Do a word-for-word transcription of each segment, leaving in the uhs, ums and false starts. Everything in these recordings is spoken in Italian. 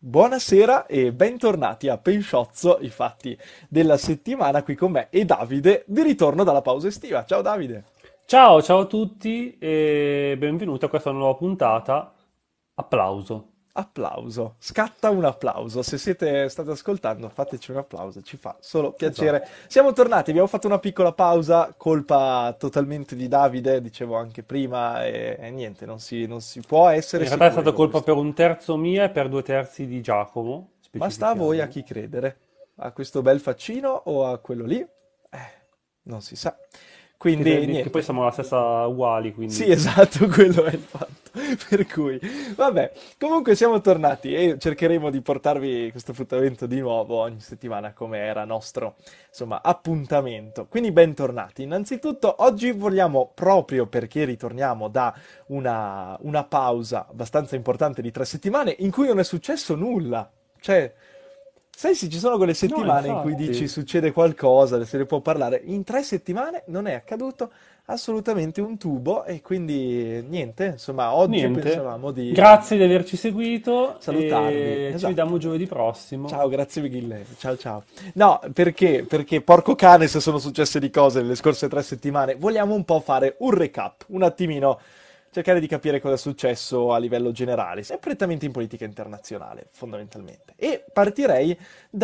Buonasera e bentornati a Pensciozzo, i fatti della settimana qui con me e Davide di ritorno dalla pausa estiva. Ciao Davide. Ciao, ciao a tutti e benvenuti a questa nuova puntata. Applauso. Applauso, scatta un applauso. Se siete state ascoltando, fateci un applauso, ci fa solo piacere. Esatto. Siamo tornati, abbiamo fatto una piccola pausa, colpa totalmente di Davide, dicevo anche prima, e, e niente, non si, non si può essere In realtà è sicuri stata con colpa questo. per un terzo mia e per due terzi di Giacomo, Ma sta a voi a specifichiamo. chi credere, a questo bel faccino o a quello lì? Eh, non si sa. Che, Quindi se- che poi niente. siamo la stessa uguali, Sì, quindi. esatto, quello è il fatto. Per cui, vabbè, comunque siamo tornati e cercheremo di portarvi questo appuntamento di nuovo ogni settimana come era nostro, insomma, appuntamento. Quindi bentornati. Innanzitutto, oggi vogliamo, proprio perché ritorniamo da una, una pausa abbastanza importante di tre settimane in cui non è successo nulla. Cioè, sai se ci sono quelle No, settimane in cui dici infatti. succede qualcosa, se ne può parlare. In tre settimane non è accaduto assolutamente un tubo e quindi niente, insomma, oggi Niente. pensavamo di Grazie di averci seguito salutarvi. e ci Esatto. vediamo giovedì prossimo. Ciao, grazie mille. Ciao, ciao. No, perché? Perché porco cane se sono successe di cose nelle scorse tre settimane. Vogliamo un po' fare un recap, un attimino cercare di capire cosa è successo a livello generale, sia prettamente in politica internazionale, fondamentalmente. E partirei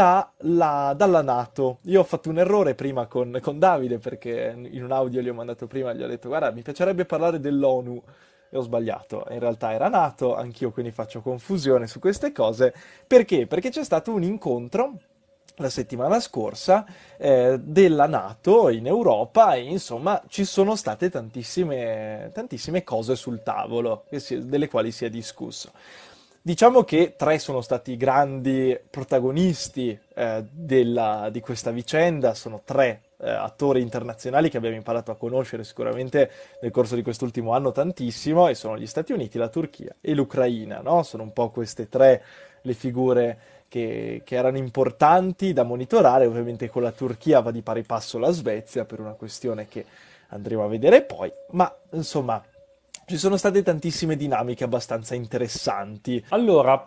dalla, dalla NATO. Io ho fatto un errore prima con, con Davide perché in un audio gli ho mandato prima, gli ho detto guarda, mi piacerebbe parlare dell'ONU. E ho sbagliato, in realtà era NATO, anch'io quindi faccio confusione su queste cose. Perché? Perché c'è stato un incontro la settimana scorsa eh, della NATO in Europa e insomma ci sono state tantissime, tantissime cose sul tavolo che si- delle quali si è discusso. Diciamo che tre sono stati i grandi protagonisti eh, della- di questa vicenda, sono tre eh, attori internazionali che abbiamo imparato a conoscere sicuramente nel corso di quest'ultimo anno tantissimo e sono gli Stati Uniti, la Turchia e l'Ucraina, no? Sono un po' queste tre le figure che, che erano importanti da monitorare. Ovviamente con la Turchia va di pari passo la Svezia per una questione che andremo a vedere poi, ma insomma ci sono state tantissime dinamiche abbastanza interessanti. Allora,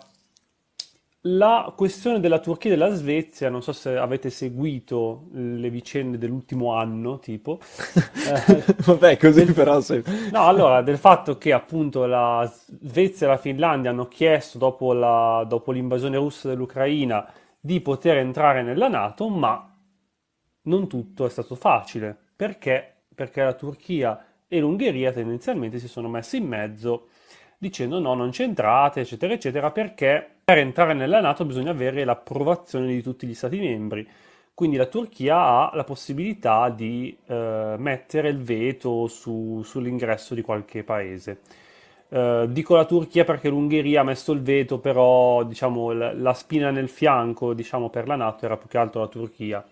la questione della Turchia e della Svezia, non so se avete seguito le vicende dell'ultimo anno, tipo, eh, Vabbè, così del, però se... no, allora, del fatto che appunto la Svezia e la Finlandia hanno chiesto dopo la- dopo l'invasione russa dell'Ucraina di poter entrare nella NATO, ma non tutto è stato facile. Perché? Perché la Turchia e l'Ungheria tendenzialmente si sono messi in mezzo dicendo no, non c'entrate, eccetera, eccetera, perché per entrare nella NATO bisogna avere l'approvazione di tutti gli Stati membri. Quindi la Turchia ha la possibilità di eh, mettere il veto su- sull'ingresso di qualche paese. Eh, dico la Turchia perché l'Ungheria ha messo il veto, però diciamo, l- la spina nel fianco diciamo, per la NATO era più che altro la Turchia.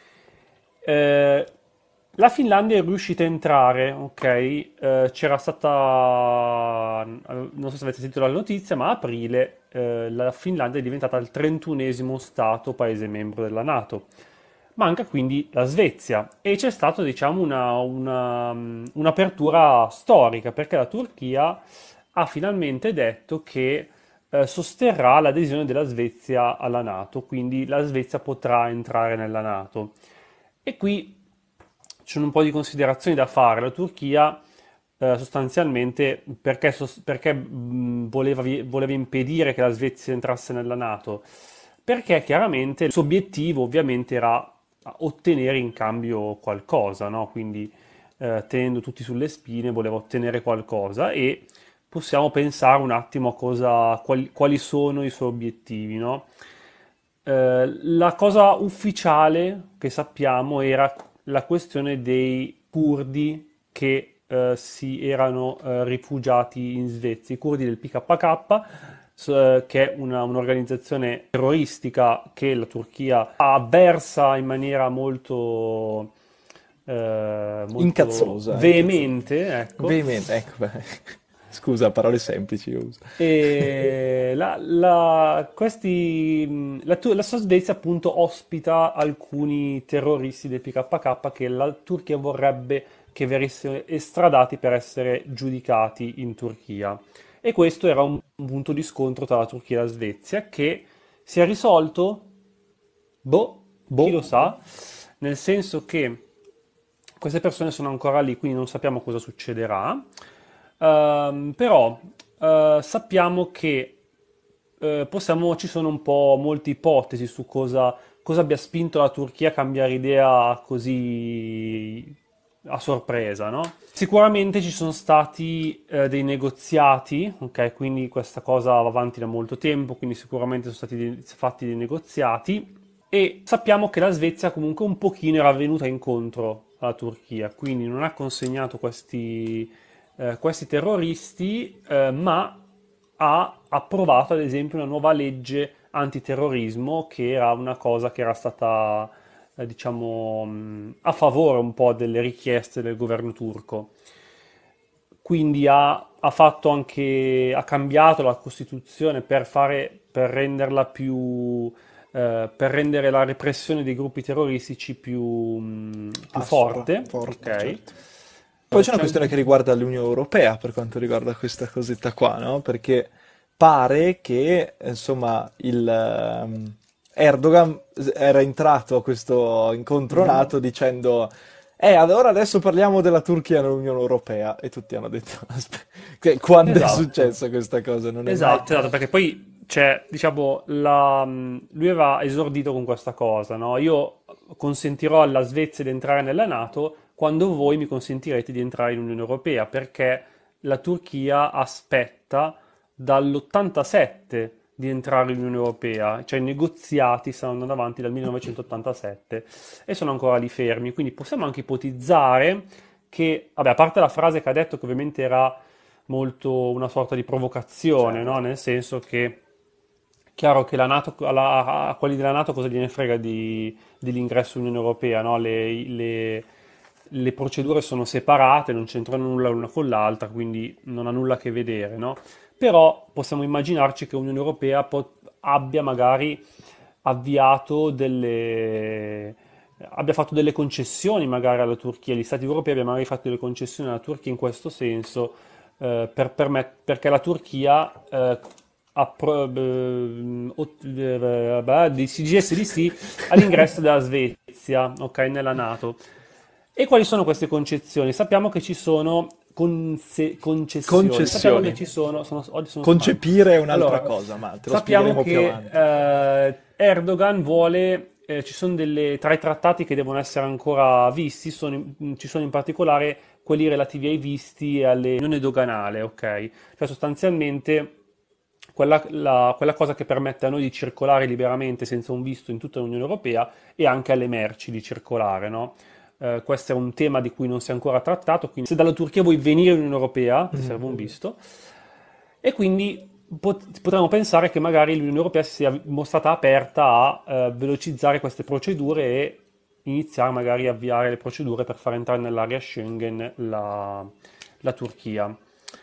Eh, la Finlandia è riuscita a entrare, ok? Eh, c'era stata, non so se avete sentito la notizia, ma a aprile eh, la Finlandia è diventata il trentunesimo stato paese membro della NATO. Manca quindi la Svezia e c'è stata, diciamo, una- una, mm, un'apertura storica perché la Turchia ha finalmente detto che eh, sosterrà l'adesione della Svezia alla NATO, quindi la Svezia potrà entrare nella NATO. E qui ci sono un po' di considerazioni da fare. La Turchia eh, sostanzialmente perché, sos- perché, mh, voleva, vi- voleva impedire che la Svezia entrasse nella NATO? Perché chiaramente il suo obiettivo ovviamente era ottenere in cambio qualcosa, no? Quindi eh, tenendo tutti sulle spine voleva ottenere qualcosa e possiamo pensare un attimo a cosa, quali, quali sono i suoi obiettivi, no? Eh, la cosa ufficiale che sappiamo era la questione dei curdi che eh, si erano eh, rifugiati in Svezia, i curdi del P K K, s- eh, che è una- un'organizzazione terroristica che la Turchia avversa in maniera molto, eh, molto Incazzosa, incazzosa. veemente, ecco. Veemente, ecco, beh. Scusa, parole semplici io uso. E la, la, questi, mh, la, Tu- la Svezia appunto ospita alcuni terroristi del P K K che la Turchia vorrebbe che venissero estradati per essere giudicati in Turchia. E questo era un, un punto di scontro tra la Turchia e la Svezia che Si è risolto? Boh, chi Boh. lo sa, nel senso che queste persone sono ancora lì, quindi non sappiamo cosa succederà. Ehm, però eh, sappiamo che eh, possiamo, ci sono un po' molte ipotesi su cosa, cosa abbia spinto la Turchia a cambiare idea così a sorpresa, no? Sicuramente ci sono stati eh, dei negoziati, ok? Quindi questa cosa va avanti da molto tempo, quindi sicuramente sono stati dei- fatti dei negoziati e sappiamo che la Svezia comunque un pochino era venuta incontro alla Turchia, quindi non ha consegnato questi, eh, questi terroristi, eh, ma ha approvato ad esempio una nuova legge antiterrorismo che era una cosa che era stata, eh, diciamo, mh, a favore un po' delle richieste del governo turco. Quindi ha, ha fatto anche, ha cambiato la Costituzione per fare, per renderla più, eh, per rendere la repressione dei gruppi terroristici più, mh, più Aspra, forte, forte, ok? certo. Poi Eh, c'è una c'è questione anche... che riguarda l'Unione Europea per quanto riguarda questa cosetta qua, no? Perché pare che, insomma, il ehm, Erdogan era entrato a questo incontro Mhm. NATO dicendo eh, allora adesso parliamo della Turchia nell'Unione Europea e tutti hanno detto "Aspe- che quando è Esatto. successa questa cosa? Non è mai... Esatto, esatto, perché poi c'è, diciamo, la, mh, lui aveva esordito con questa cosa, no? Io consentirò alla Svezia di entrare nella NATO quando voi mi consentirete di entrare in Unione Europea, perché la Turchia aspetta dall'ottantasette di entrare in Unione Europea, cioè i negoziati stanno andando avanti dal millenovecentottantasette e sono ancora lì fermi, quindi possiamo anche ipotizzare che, vabbè, a parte la frase che ha detto che ovviamente era molto una sorta di provocazione, no? Certo. Nel senso che chiaro che la NATO, alla- a quelli della NATO cosa gliene frega di- dell'ingresso in Unione Europea, no? Le, le- le procedure sono separate, non c'entrano nulla l'una con l'altra, quindi non ha nulla a che vedere, no? Però possiamo immaginarci che l'Unione Europea po- abbia magari avviato delle, abbia fatto delle concessioni magari alla Turchia, gli Stati europei abbiano magari fatto delle concessioni alla Turchia in questo senso, eh, per permet- perché la Turchia eh, appro- ehm, ot- eh, beh, di- si dicesse di sì all'ingresso della Svezia, ok, nella NATO. E quali sono queste concezioni? Sappiamo che ci sono conse- concessioni, sappiamo che Concessioni. ci sono, sono, oggi sono stanco. Concepire è un'altra Allora, cosa, ma te lo sappiamo spiegheremo più che avanti. eh, Erdogan vuole, eh, ci sono delle, tra i trattati che devono essere ancora visti, sono in- ci sono in particolare quelli relativi ai visti e all'unione doganale, ok? Cioè sostanzialmente quella, la- quella cosa che permette a noi di circolare liberamente senza un visto in tutta l'Unione Europea e anche alle merci di circolare, no? Eh, questo è un tema di cui non si è ancora trattato, quindi se dalla Turchia vuoi venire in Unione Europea ti Mm. serve un visto e quindi pot- potremmo pensare che magari l'Unione Europea si sia mostrata aperta a eh, velocizzare queste procedure e iniziare magari a avviare le procedure per far entrare nell'area Schengen la, la Turchia.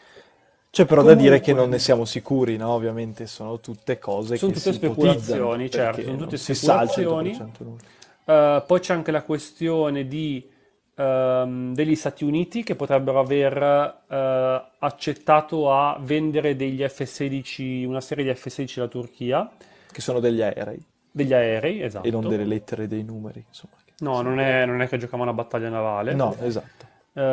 C'è però da dire che Comunque, non ne siamo sicuri, no? Ovviamente sono tutte cose sono che tutte si ipotizzano, speculazioni, certo, perché sono tutte non si sa al speculazioni. cento per cento nulla. Eh, poi c'è anche la questione di, ehm, degli Stati Uniti che potrebbero aver eh, accettato a vendere degli F sedici, una serie di F sedici alla Turchia, Che sono degli aerei degli aerei, e non esatto. delle lettere e dei numeri, insomma. che- No, sì. non è, non è che giochiamo una battaglia navale. No, esatto.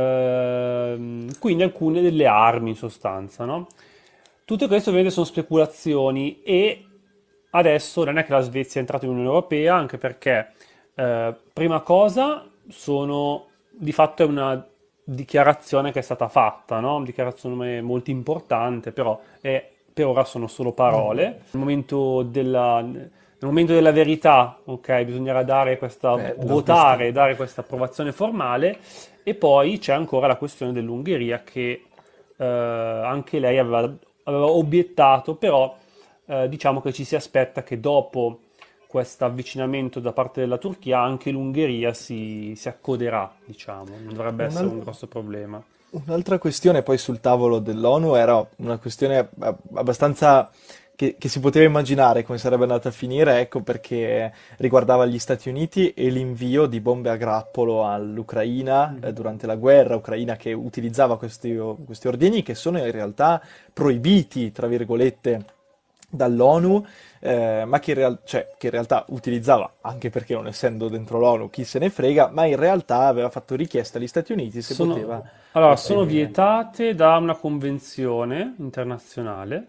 Ehm, quindi alcune delle armi in sostanza, no? Tutte queste ovviamente sono speculazioni e adesso non è che la Svezia è entrata in Unione Europea, anche perché, eh, prima cosa, sono di fatto è una dichiarazione che è stata fatta, no? Una dichiarazione molto importante, però è- per ora sono solo parole. Nel momento della, nel momento della verità, ok, bisognerà dare questa, Bello questo. votare, dare questa approvazione formale e poi c'è ancora la questione dell'Ungheria che eh, anche lei aveva, aveva obiettato, però eh, diciamo che ci si aspetta che dopo questo avvicinamento da parte della Turchia anche l'Ungheria si, si accoderà, diciamo, non dovrebbe essere Un'al- un grosso problema. Un'altra questione poi sul tavolo dell'ONU era una questione ab- abbastanza che, che si poteva immaginare come sarebbe andata a finire, ecco perché riguardava gli Stati Uniti e l'invio di bombe a grappolo all'Ucraina eh, Mhm. durante la guerra, Ucraina che utilizzava questi, questi ordigni che sono in realtà proibiti, tra virgolette, dall'ONU, eh, ma che in, real- cioè, che in realtà utilizzava, anche perché non essendo dentro l'ONU chi se ne frega, ma in realtà aveva fatto richiesta agli Stati Uniti se poteva Sono, allora, sono ottenere. vietate da una convenzione internazionale,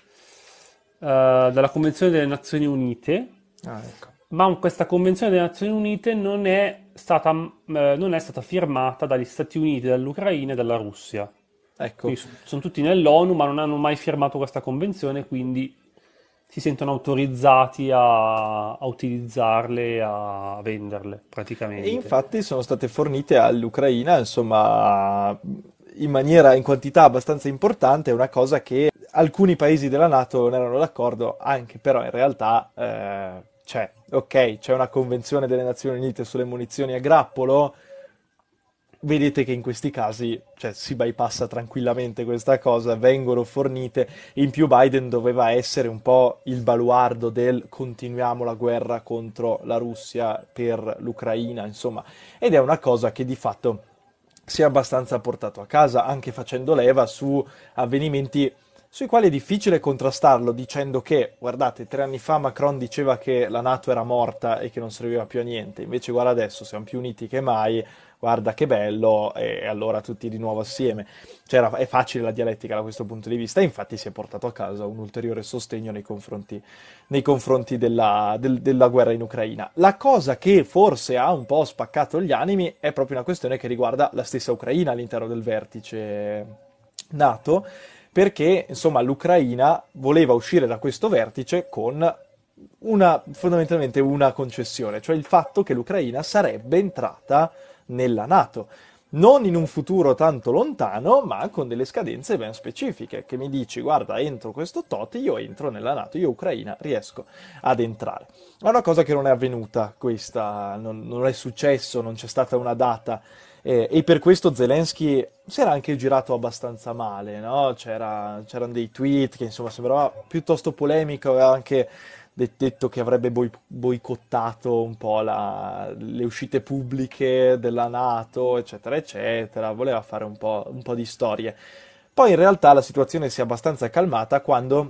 eh, dalla Convenzione delle Nazioni Unite, Ah, ecco. ma questa Convenzione delle Nazioni Unite non è stata, eh, non è stata firmata dagli Stati Uniti, dall'Ucraina e dalla Russia. Ecco. Quindi so- sono tutti nell'ONU, ma non hanno mai firmato questa convenzione, quindi si sentono autorizzati a, a utilizzarle e a venderle, E praticamente. infatti sono state fornite all'Ucraina, insomma, in maniera, in quantità abbastanza importante, è una cosa che alcuni paesi della NATO non erano d'accordo, anche però in realtà eh, c'è, ok, c'è una convenzione delle Nazioni Unite sulle munizioni a grappolo, vedete che in questi casi, cioè, si bypassa tranquillamente questa cosa, vengono fornite, in più Biden doveva essere un po' il baluardo del continuiamo la guerra contro la Russia per l'Ucraina, insomma, ed è una cosa che di fatto si è abbastanza portato a casa, anche facendo leva su avvenimenti sui quali è difficile contrastarlo dicendo che, guardate, tre anni fa Macron diceva che la NATO era morta e che non serviva più a niente, invece guarda adesso siamo più uniti che mai, guarda che bello, e allora tutti di nuovo assieme. Cioè, era- è facile la dialettica da questo punto di vista, e infatti si è portato a casa un ulteriore sostegno nei confronti, nei confronti della, del- della guerra in Ucraina. La cosa che forse ha un po' spaccato gli animi è proprio una questione che riguarda la stessa Ucraina all'interno del vertice NATO, perché insomma l'Ucraina voleva uscire da questo vertice con una, fondamentalmente una concessione, cioè il fatto che l'Ucraina sarebbe entrata nella NATO. Non in un futuro tanto lontano, ma con delle scadenze ben specifiche, che mi dici, guarda, entro questo tot, io entro nella NATO, io Ucraina riesco ad entrare. È una cosa che non è avvenuta, questa, non, non è successo, non c'è stata una data, eh, e per questo Zelensky si era anche girato abbastanza male, no? C'era- c'erano dei tweet che insomma sembrava piuttosto polemico, aveva anche de- detto che avrebbe boi- boicottato un po' la- le uscite pubbliche della NATO, eccetera, eccetera, voleva fare un po', un po' di storie. Poi in realtà la situazione si è abbastanza calmata quando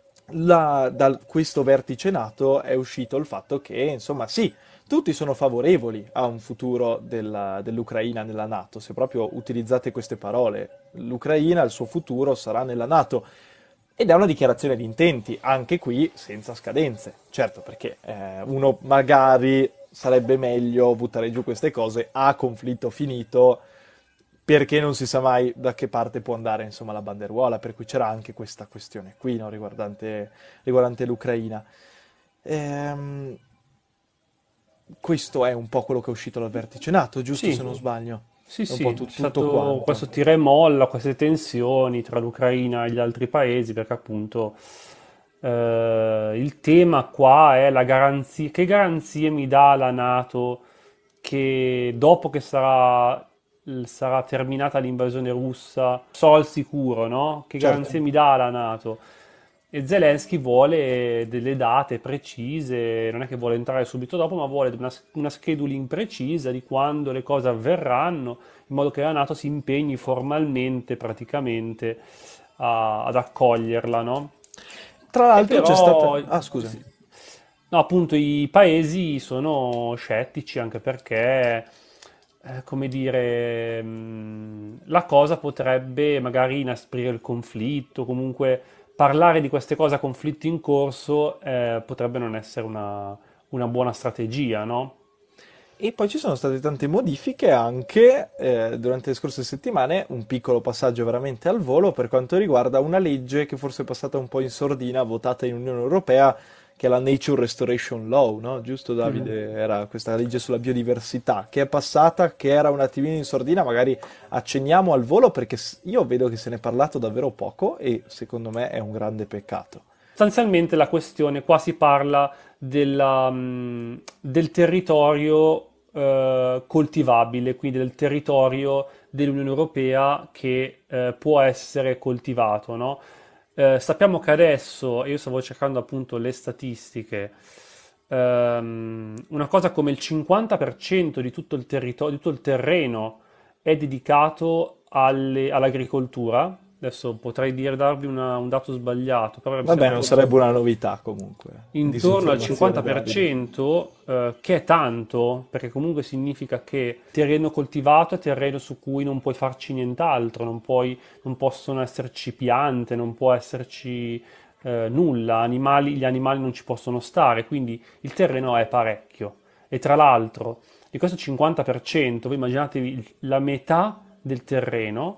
la- da questo vertice NATO è uscito il fatto che, insomma, sì, tutti sono favorevoli a un futuro della- dell'Ucraina nella NATO, se proprio utilizzate queste parole. L'Ucraina, il suo futuro sarà nella NATO. Ed è una dichiarazione di intenti, anche qui senza scadenze. Certo, perché eh, uno magari sarebbe meglio buttare giù queste cose a conflitto finito, perché non si sa mai da che parte può andare, insomma, la banderuola, per cui c'era anche questa questione qui, no, riguardante, riguardante l'Ucraina. Ehm, Questo è un po' quello che è uscito dal vertice NATO, giusto Sì, se non sbaglio? sì, È un po' sì, tu- c'è tutto stato quanto. questo tira e molla, queste tensioni tra l'Ucraina e gli altri paesi, perché appunto eh, il tema qua è la garanzia, che garanzie mi dà la NATO che dopo che sarà, sarà terminata l'invasione russa, so al sicuro, no? Che Certo. garanzie mi dà la NATO? E Zelensky vuole delle date precise, non è che vuole entrare subito dopo, ma vuole una, una scheduling precisa di quando le cose avverranno, in modo che la NATO si impegni formalmente, praticamente, a- ad accoglierla, no? Tra E l'altro c'è stata... però, Ah, scusa. sì. No, appunto, i paesi sono scettici anche perché, eh, come dire, mh, la cosa potrebbe magari inasprire il conflitto, comunque parlare di queste cose a conflitto in corso, eh, potrebbe non essere una, una buona strategia, no? E poi ci sono state tante modifiche anche eh, durante le scorse settimane, un piccolo passaggio veramente al volo per quanto riguarda una legge che forse è passata un po' in sordina, votata in Unione Europea, che è la Nature Restoration Law, no? Giusto Mhm. Davide? Era questa legge sulla biodiversità che è passata, che era un attimino in sordina, magari accenniamo al volo perché s- io vedo che se ne è parlato davvero poco e secondo me è un grande peccato. Sostanzialmente la questione, qua si parla della, mh, del territorio eh, coltivabile, quindi del territorio dell'Unione Europea che eh, può essere coltivato, no? Eh, sappiamo che adesso, io stavo cercando appunto le statistiche, ehm, una cosa come il cinquanta per cento di tutto il territorio, di tutto il terreno è dedicato alle- all'agricoltura adesso potrei dire, darvi una- un dato sbagliato, però mi Vabbè, sembra non fosse sarebbe una novità comunque. intorno al Disinformazione valida. cinquanta per cento, eh, che è tanto, perché comunque significa che terreno coltivato è terreno su cui non puoi farci nient'altro, non puoi, non possono esserci piante, non può esserci eh, nulla, animali- gli animali non ci possono stare, quindi il terreno è parecchio. E tra l'altro, di questo cinquanta per cento, voi immaginatevi il- la metà del terreno,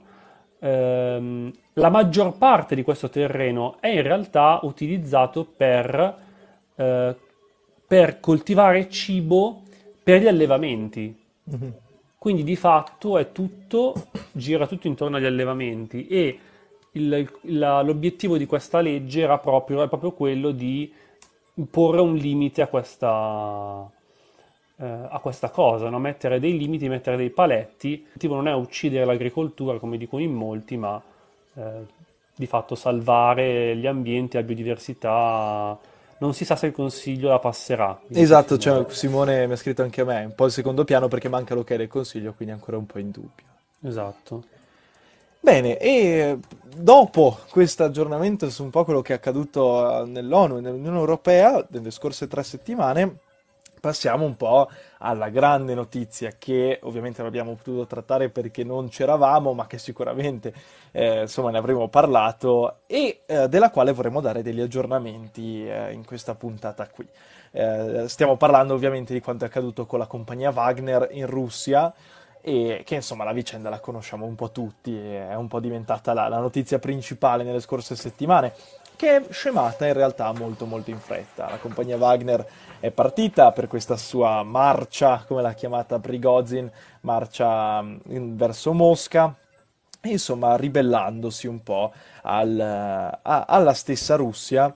ehm, la maggior parte di questo terreno è in realtà utilizzato per, eh, per coltivare cibo per gli allevamenti. Mhm. Quindi di fatto è tutto, gira tutto intorno agli allevamenti e il- la- l'obiettivo di questa legge era proprio, è proprio quello di porre un limite a questa, eh, a questa cosa, no? Mettere dei limiti, mettere dei paletti. L'obiettivo non è uccidere l'agricoltura, come dicono in molti, ma eh, di fatto salvare gli ambienti, la biodiversità. Non si sa se il Consiglio la passerà, mi dice Esatto, cioè, Simone. Simone mi ha scritto anche a me, un po' il secondo piano perché manca l'ok del Consiglio, quindi ancora un po' in dubbio. Esatto. Bene, e dopo questo aggiornamento su un po' quello che è accaduto eh, nell'ONU e nell'Unione Europea nelle scorse tre settimane, passiamo un po' alla grande notizia che ovviamente non abbiamo potuto trattare perché non c'eravamo, ma che sicuramente eh, insomma ne avremo parlato e eh, della quale vorremmo dare degli aggiornamenti eh, in questa puntata qui. Eh, stiamo parlando ovviamente di quanto è accaduto con la compagnia Wagner in Russia e che insomma la vicenda la conosciamo un po' tutti, è un po' diventata la, la notizia principale nelle scorse settimane, che è scemata in realtà molto molto in fretta. La compagnia Wagner è partita per questa sua marcia, come l'ha chiamata Prigozhin, marcia mm, in- verso Mosca, e insomma ribellandosi un po' al- a- alla stessa Russia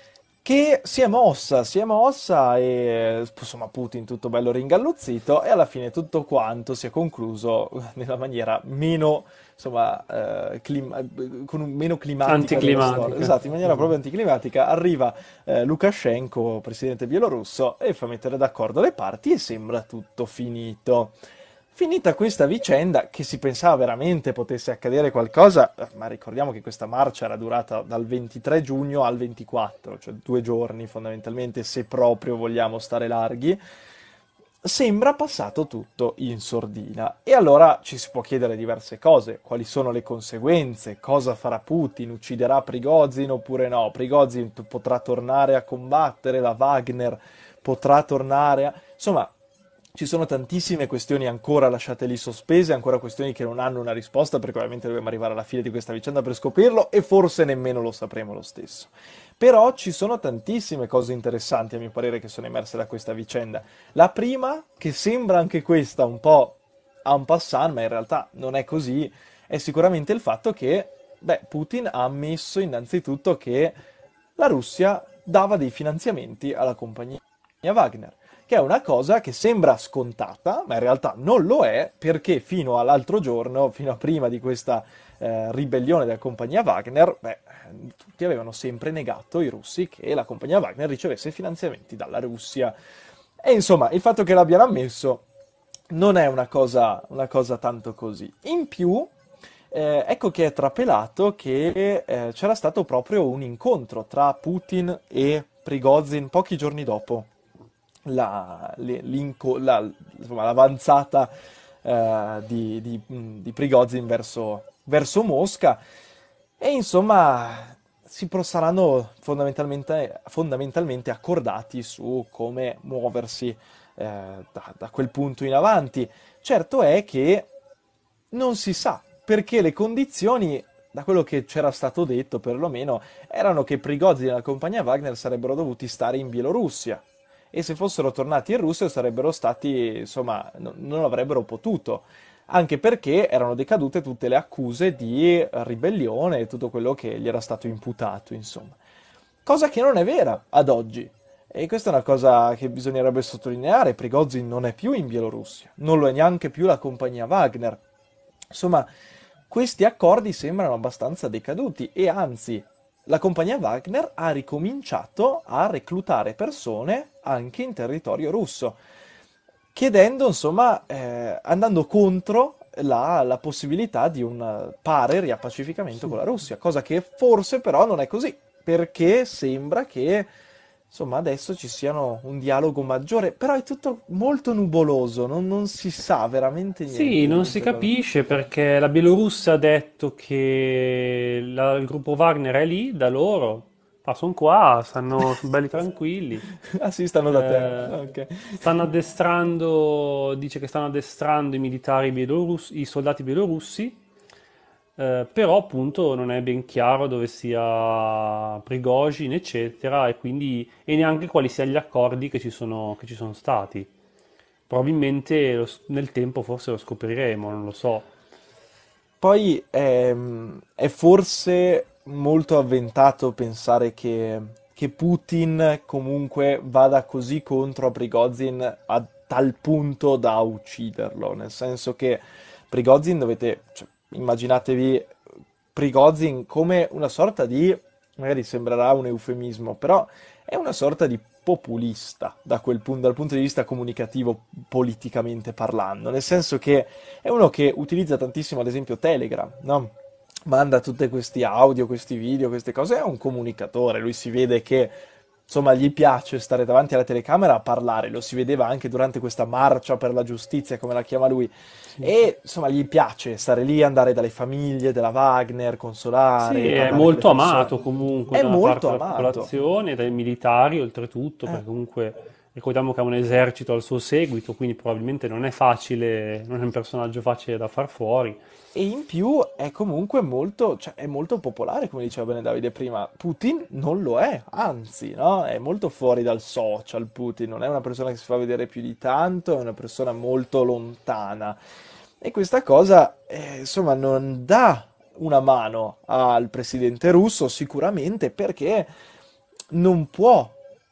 che si è mossa, si è mossa e insomma Putin tutto bello ringalluzzito e alla fine tutto quanto si è concluso nella maniera meno, insomma, eh, clim- con un meno climatica della storia. Anticlimatica. Esatto, in maniera Mhm. proprio anticlimatica arriva eh, Lukashenko, presidente bielorusso, e fa mettere d'accordo le parti e sembra tutto finito. Finita questa vicenda, che si pensava veramente potesse accadere qualcosa, eh, ma ricordiamo che questa marcia era durata dal ventitré giugno al ventiquattro, cioè due giorni fondamentalmente, se proprio vogliamo stare larghi, sembra passato tutto in sordina. E allora ci si può chiedere diverse cose. Quali sono le conseguenze? Cosa farà Putin? Ucciderà Prigozhin oppure no? Prigozhin t- potrà tornare a combattere, la Wagner potrà tornare a... Insomma, ci sono tantissime questioni ancora lasciate lì sospese, ancora questioni che non hanno una risposta, perché ovviamente dobbiamo arrivare alla fine di questa vicenda per scoprirlo e forse nemmeno lo sapremo lo stesso. Però ci sono tantissime cose interessanti, a mio parere, che sono emerse da questa vicenda. La prima, che sembra anche questa un po' en passant, ma in realtà non è così, è sicuramente il fatto che, beh, Putin ha ammesso innanzitutto che la Russia dava dei finanziamenti alla compagnia Wagner, che è una cosa che sembra scontata, ma in realtà non lo è, perché fino all'altro giorno, fino a prima di questa eh, ribellione della compagnia Wagner, beh, tutti avevano sempre negato, i russi, che la compagnia Wagner ricevesse finanziamenti dalla Russia. E insomma, il fatto che l'abbiano ammesso non è una cosa, una cosa tanto così. In più, eh, ecco che è trapelato che eh, c'era stato proprio un incontro tra Putin e Prigozhin pochi giorni dopo la- le- l'inco- la- insomma, l'avanzata eh, di, di, di Prigozhin verso, verso Mosca e insomma si pro- saranno fondamentalmente, fondamentalmente accordati su come muoversi eh, da, da quel punto in avanti. Certo è che non si sa, perché le condizioni, da quello che c'era stato detto perlomeno, erano che Prigozhin e la compagnia Wagner sarebbero dovuti stare in Bielorussia e se fossero tornati in Russia sarebbero stati, insomma, no- non avrebbero potuto, anche perché erano decadute tutte le accuse di ribellione e tutto quello che gli era stato imputato, insomma. Cosa che non è vera ad oggi. E questa è una cosa che bisognerebbe sottolineare. Prigozhin non è più in Bielorussia, non lo è neanche più la compagnia Wagner. Insomma, questi accordi sembrano abbastanza decaduti e anzi, la compagnia Wagner ha ricominciato a reclutare persone anche in territorio russo chiedendo, insomma, eh, andando contro la, la possibilità di un eh, pare riappacificamento con la Russia, cosa che forse però non è così, perché sembra che insomma adesso ci siano un dialogo maggiore, però è tutto molto nuvoloso, non, non si sa veramente Sì, niente di non si queste cose. capisce perché la Bielorussia ha detto che la- il gruppo Wagner è lì da loro, ma sono qua, stanno sono belli tranquilli. Ah sì, stanno da te. Eh, Ah, ok. stanno addestrando, dice che stanno addestrando i militari bielorussi, i soldati bielorussi, eh, però appunto non è ben chiaro dove sia Prigozhin, eccetera, e quindi e neanche quali siano gli accordi che ci sono, che ci sono stati. Probabilmente lo s- nel tempo forse lo scopriremo, non lo so. Poi ehm, è forse molto avventato pensare che, che Putin comunque vada così contro a Prigozhin a tal punto da ucciderlo, nel senso che Prigozhin dovete, cioè, immaginatevi Prigozhin come una sorta di, magari sembrerà un eufemismo, però è una sorta di populista da quel punto, dal punto di vista comunicativo, politicamente parlando, nel senso che è uno che utilizza tantissimo, ad esempio, Telegram, no? Manda tutti questi audio, questi video, queste cose, è un comunicatore, lui si vede che, insomma, gli piace stare davanti alla telecamera a parlare, lo si vedeva anche durante questa marcia per la giustizia, come la chiama lui, Sì. e, insomma, gli piace stare lì, andare dalle famiglie della Wagner, Sì, consolare, è parlare con le molto persone. amato comunque È da una parte molto della amato. popolazione, dai militari oltretutto, Eh. perché comunque ricordiamo che ha un esercito al suo seguito, quindi probabilmente non è facile, non è un personaggio facile da far fuori. E in più è comunque molto, cioè, è molto popolare, come diceva bene Davide prima. Putin non lo è, anzi, no? È molto fuori dal social Putin, non è una persona che si fa vedere più di tanto, è una persona molto lontana. E questa cosa, eh, insomma, non dà una mano al presidente russo, sicuramente, perché non può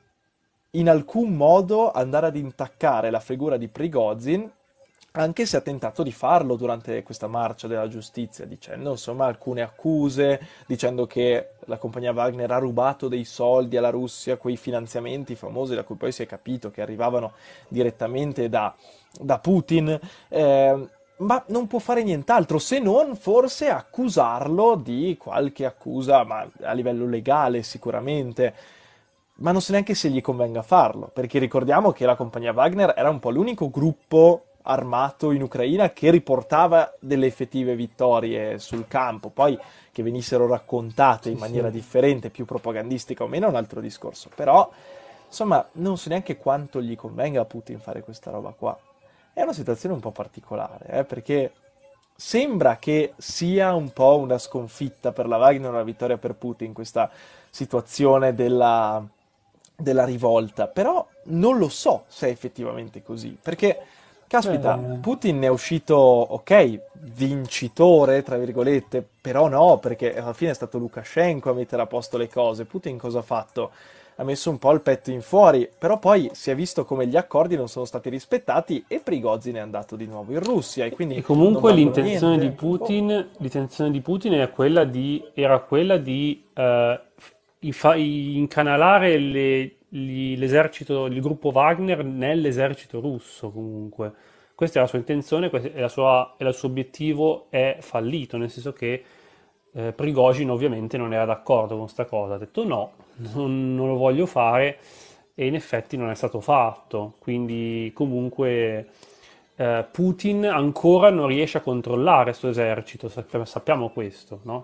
in alcun modo andare ad intaccare la figura di Prigozhin, anche se ha tentato di farlo durante questa marcia della giustizia, dicendo insomma alcune accuse, dicendo che la compagnia Wagner ha rubato dei soldi alla Russia, quei finanziamenti famosi da cui poi si è capito che arrivavano direttamente da, da Putin. eh, ma non può fare nient'altro se non forse accusarlo di qualche accusa, ma a livello legale sicuramente, ma non so neanche se gli convenga farlo, perché ricordiamo che la compagnia Wagner era un po' l'unico gruppo armato in Ucraina che riportava delle effettive vittorie sul campo, poi che venissero raccontate in Sì, maniera sì. differente, più propagandistica o meno, è un altro discorso, però insomma non so neanche quanto gli convenga a Putin fare questa roba qua. È una situazione un po' particolare, eh, perché sembra che sia un po' una sconfitta per la Wagner, una vittoria per Putin, questa situazione della, della rivolta, però non lo so se è effettivamente così, perché, caspita, Eh, Putin ne è uscito, ok, vincitore, tra virgolette, però no, perché alla fine è stato Lukashenko a mettere a posto le cose. Putin cosa ha fatto? Ha messo un po' il petto in fuori, però poi si è visto come gli accordi non sono stati rispettati e Prigozhin è andato di nuovo in Russia e E quindi non comunque valgono l'intenzione di niente. Boh. Putin, l'intenzione di Putin era quella di, era quella di eh, infa- incanalare le- gli- l'esercito, il gruppo Wagner nell'esercito russo comunque. Questa è la sua intenzione quest- e, la sua- e il suo obiettivo è fallito, nel senso che eh, Prigozhin ovviamente non era d'accordo con questa cosa, ha detto no, non, non lo voglio fare e in effetti non è stato fatto. Quindi comunque eh, Putin ancora non riesce a controllare il suo esercito, sappiamo, sappiamo questo, no?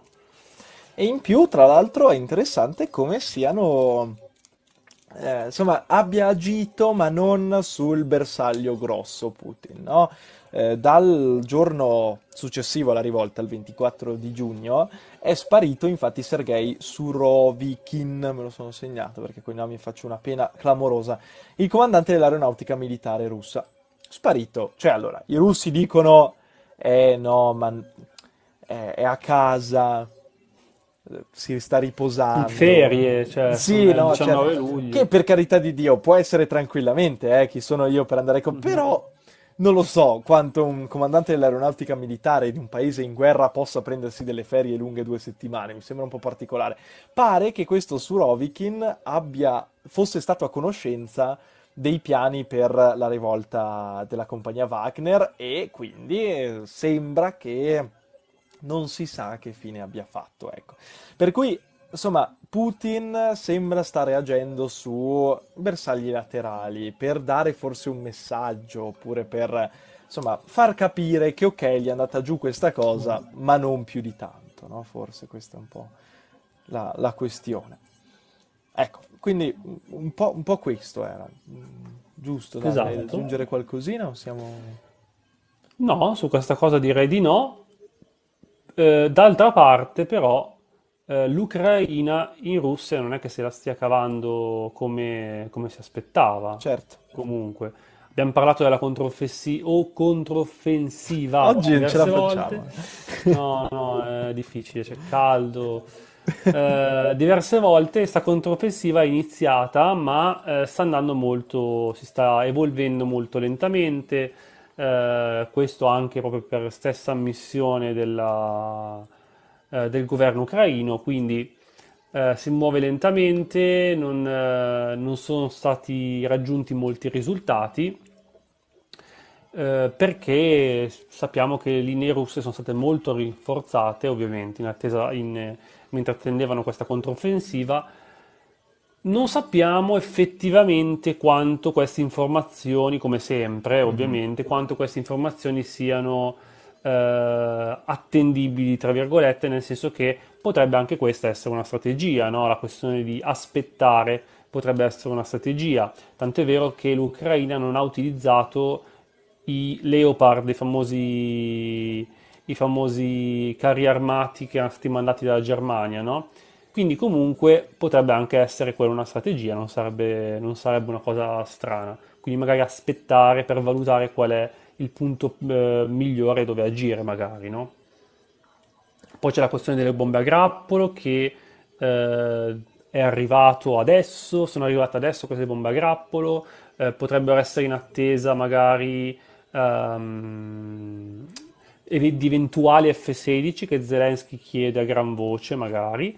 E in più, tra l'altro, è interessante come siano, eh, insomma, abbia agito, ma non sul bersaglio grosso Putin, no? Eh, dal giorno successivo alla rivolta, il ventiquattro di giugno, è sparito infatti Sergei Surovikin, me lo sono segnato perché con i nomi faccio una pena clamorosa, il comandante dell'aeronautica militare russa. Sparito. Cioè, allora, i russi dicono, eh no, ma è, è a casa, eh, si sta In riposando. ferie, cioè Sì, sono il no, cioè, diciannove che luglio. per carità di Dio può essere tranquillamente, eh, chi sono io per andare con... Mhm. Però non lo so quanto un comandante dell'aeronautica militare di un paese in guerra possa prendersi delle ferie lunghe due settimane, mi sembra un po' particolare. Pare che questo Surovikin abbia, fosse stato a conoscenza dei piani per la rivolta della compagnia Wagner e quindi eh, sembra che non si sa che fine abbia fatto, ecco. Per cui, insomma, Putin sembra stare agendo su bersagli laterali per dare forse un messaggio, oppure per, insomma, far capire che ok, gli è andata giù questa cosa, ma non più di tanto, no? Forse questa è un po' la, la questione. Ecco, quindi un po', un po' questo era. Mm, Giusto, dai, hai da Esatto. aggiungere qualcosina o siamo... No, su questa cosa direi di no. Eh, d'altra parte, però, eh, l'Ucraina in Russia non è che se la stia cavando come, come si aspettava. Certo. Comunque, abbiamo parlato della controffensiva o controffensiva Oggi non ce la diverse volte. facciamo. No, no, è difficile, c'è caldo. Eh, diverse volte questa controffensiva è iniziata, ma eh, sta andando molto, si sta evolvendo molto lentamente. Eh, questo anche proprio per stessa ammissione della, eh, del governo ucraino, quindi eh, si muove lentamente, non, eh, non sono stati raggiunti molti risultati, eh, perché sappiamo che le linee russe sono state molto rinforzate, ovviamente, in attesa, in- mentre attendevano questa controffensiva. Non sappiamo effettivamente quanto queste informazioni, come sempre, Mhm. ovviamente, quanto queste informazioni siano eh, attendibili, tra virgolette, nel senso che potrebbe anche questa essere una strategia, no? La questione di aspettare potrebbe essere una strategia. Tant'è vero che l'Ucraina non ha utilizzato i Leopard, i famosi, i famosi carri armati che erano stati mandati dalla Germania, no? Quindi comunque potrebbe anche essere quella una strategia, non sarebbe, non sarebbe una cosa strana. Quindi magari aspettare per valutare qual è il punto eh, migliore dove agire, magari, no? Poi c'è la questione delle bombe a grappolo che eh, è arrivato adesso, sono arrivate adesso queste bombe a grappolo, eh, potrebbero essere in attesa magari ehm, ev- di eventuali F sedici che Zelensky chiede a gran voce, magari.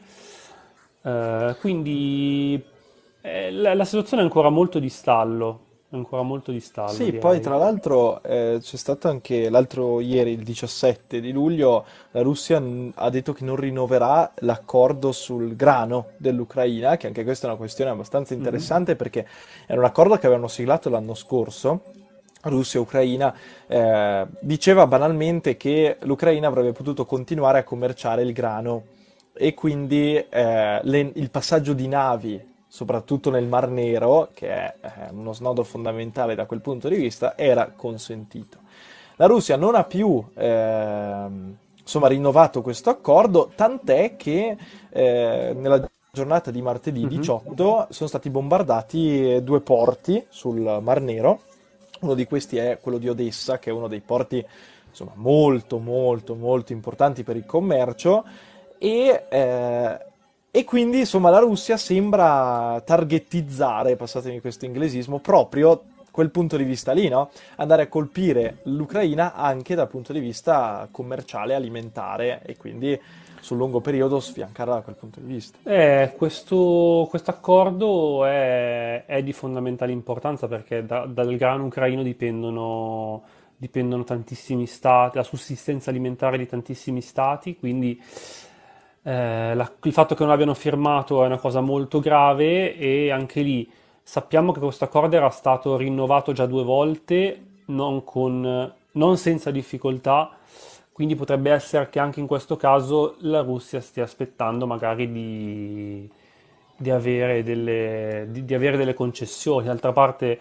Eh, quindi eh, la, la situazione è ancora molto di stallo, è ancora molto di stallo, Sì, poi direi. tra l'altro eh, c'è stato anche l'altro ieri, il diciassette di luglio, la Russia n- ha detto che non rinnoverà l'accordo sul grano dell'Ucraina, che anche questa è una questione abbastanza Mhm. interessante perché era un accordo che avevano siglato l'anno scorso, Russia e Ucraina, eh, diceva banalmente che l'Ucraina avrebbe potuto continuare a commerciare il grano e quindi eh, le- il passaggio di navi, soprattutto nel Mar Nero, che è eh, uno snodo fondamentale da quel punto di vista, era consentito. La Russia non ha più ehm, insomma, rinnovato questo accordo, tant'è che eh, nella giornata di martedì Mhm. diciotto sono stati bombardati eh, due porti sul Mar Nero. Uno di questi è quello di Odessa, che è uno dei porti insomma, molto, molto, molto importanti per il commercio e, eh, e quindi insomma la Russia sembra targettizzare, passatemi questo inglesismo, proprio quel punto di vista lì, no? Andare a colpire l'Ucraina anche dal punto di vista commerciale, alimentare e quindi sul lungo periodo sfiancarla da quel punto di vista. Eh, questo accordo è, è di fondamentale importanza perché da- dal grano ucraino dipendono, dipendono tantissimi stati, la sussistenza alimentare di tantissimi stati, quindi eh, la- il fatto che non abbiano firmato è una cosa molto grave e anche lì sappiamo che questo accordo era stato rinnovato già due volte, non con- non senza difficoltà, quindi potrebbe essere che anche in questo caso la Russia stia aspettando magari di, di avere delle, di, di avere delle concessioni. D'altra parte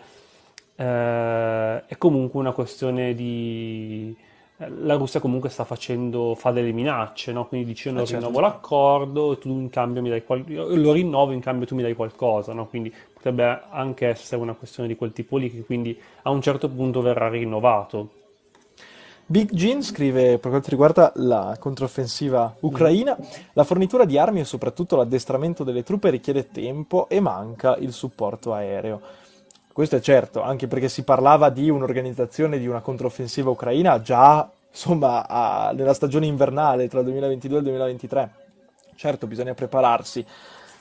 eh, è comunque una questione di... La Russia comunque sta facendo, fa delle minacce, no? Quindi dice io Eh non certo. rinnovo l'accordo, e tu in cambio mi dai qual- io lo rinnovo, in cambio tu mi dai qualcosa, no? Quindi potrebbe anche essere una questione di quel tipo lì che quindi a un certo punto verrà rinnovato. Big Gene scrive, per quanto riguarda la controffensiva Mhm. ucraina, la fornitura di armi e soprattutto l'addestramento delle truppe richiede tempo e manca il supporto aereo. Questo è certo, anche perché si parlava di un'organizzazione di una controffensiva ucraina già, insomma, a- nella stagione invernale tra il duemilaventidue e il duemilaventitré. Certo, bisogna prepararsi.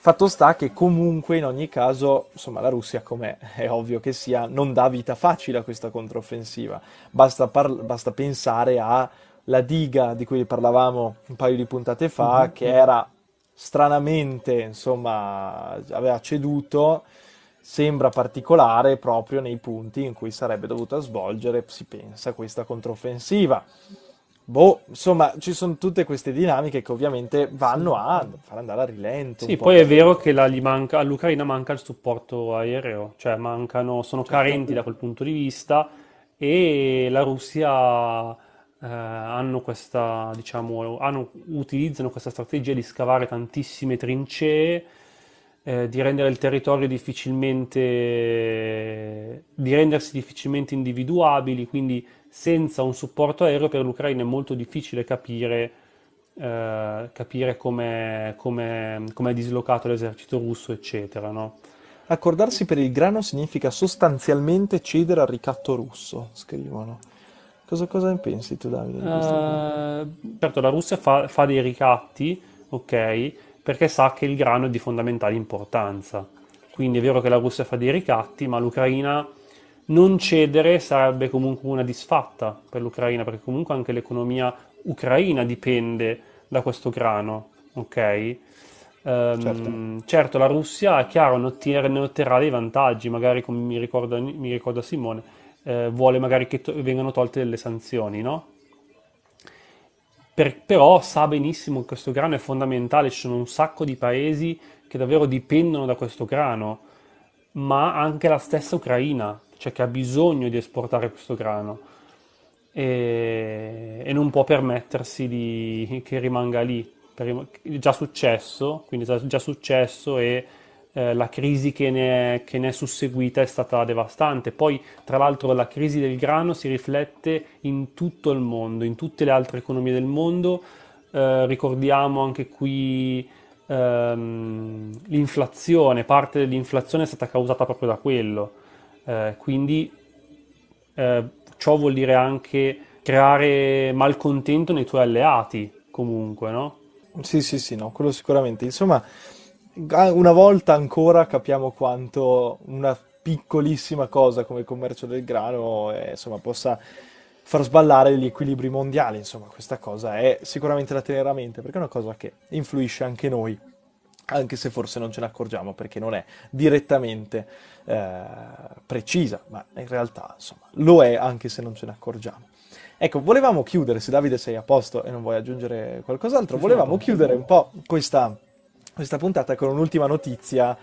Fatto sta che comunque in ogni caso, insomma, la Russia, come è ovvio che sia, non dà vita facile a questa controffensiva. Basta, par- basta pensare alla diga di cui parlavamo un paio di puntate fa, Mhm. che era stranamente, insomma, aveva ceduto, sembra particolare proprio nei punti in cui sarebbe dovuta svolgere, si pensa, questa controffensiva. Boh, insomma, ci sono tutte queste dinamiche che ovviamente vanno Sì. a far andare a rilento un Sì, po' poi è vero tutto. che la- gli manca- all'Ucraina manca il supporto aereo, cioè mancano, sono Certo. carenti da quel punto di vista e la Russia eh, hanno questa, diciamo, hanno- utilizzano questa strategia di scavare tantissime trincee, eh, di rendere il territorio difficilmente, di rendersi difficilmente individuabili, quindi senza un supporto aereo per l'Ucraina è molto difficile capire eh, capire come come- come è dislocato l'esercito russo, eccetera, no? Accordarsi per il grano significa sostanzialmente cedere al ricatto russo, scrivono. Cosa, cosa ne pensi tu, Davide, di questa cosa? Eh, certo, la Russia fa, fa dei ricatti, ok, perché sa che il grano è di fondamentale importanza. Quindi è vero che la Russia fa dei ricatti, ma l'Ucraina non cedere sarebbe comunque una disfatta per l'Ucraina, perché comunque anche l'economia ucraina dipende da questo grano, ok? Certo. Ehm, certo, la Russia, è chiaro, ne ottiene- ne otterrà dei vantaggi, magari come mi ricorda, mi ricorda Simone, eh, vuole magari che to- vengano tolte delle sanzioni, no? Per- però sa benissimo che questo grano è fondamentale, ci sono un sacco di paesi che davvero dipendono da questo grano, ma anche la stessa Ucraina, cioè che ha bisogno di esportare questo grano e, e non può permettersi di- che rimanga lì. Per- È già successo, quindi è già successo e eh, la crisi che ne, è, che ne è susseguita è stata devastante. Poi, tra l'altro, la crisi del grano si riflette in tutto il mondo, in tutte le altre economie del mondo. Eh, ricordiamo anche qui ehm, l'inflazione, parte dell'inflazione è stata causata proprio da quello. Eh, quindi eh, ciò vuol dire anche creare malcontento nei tuoi alleati, comunque, no? Sì, sì, sì, no, quello sicuramente. Insomma, a- una volta ancora capiamo quanto una piccolissima cosa come il commercio del grano, eh, insomma, possa far sballare gli equilibri mondiali. Insomma, questa cosa è sicuramente da tenere a mente, perché è una cosa che influisce anche noi, anche se forse non ce ne accorgiamo, perché non è direttamente eh, precisa, ma in realtà, insomma, lo è anche se non ce ne accorgiamo. Ecco, volevamo chiudere, se Davide sei a posto e non vuoi aggiungere qualcos'altro, Sì, sono a volevamo posto. chiudere un po' questa, questa puntata con un'ultima notizia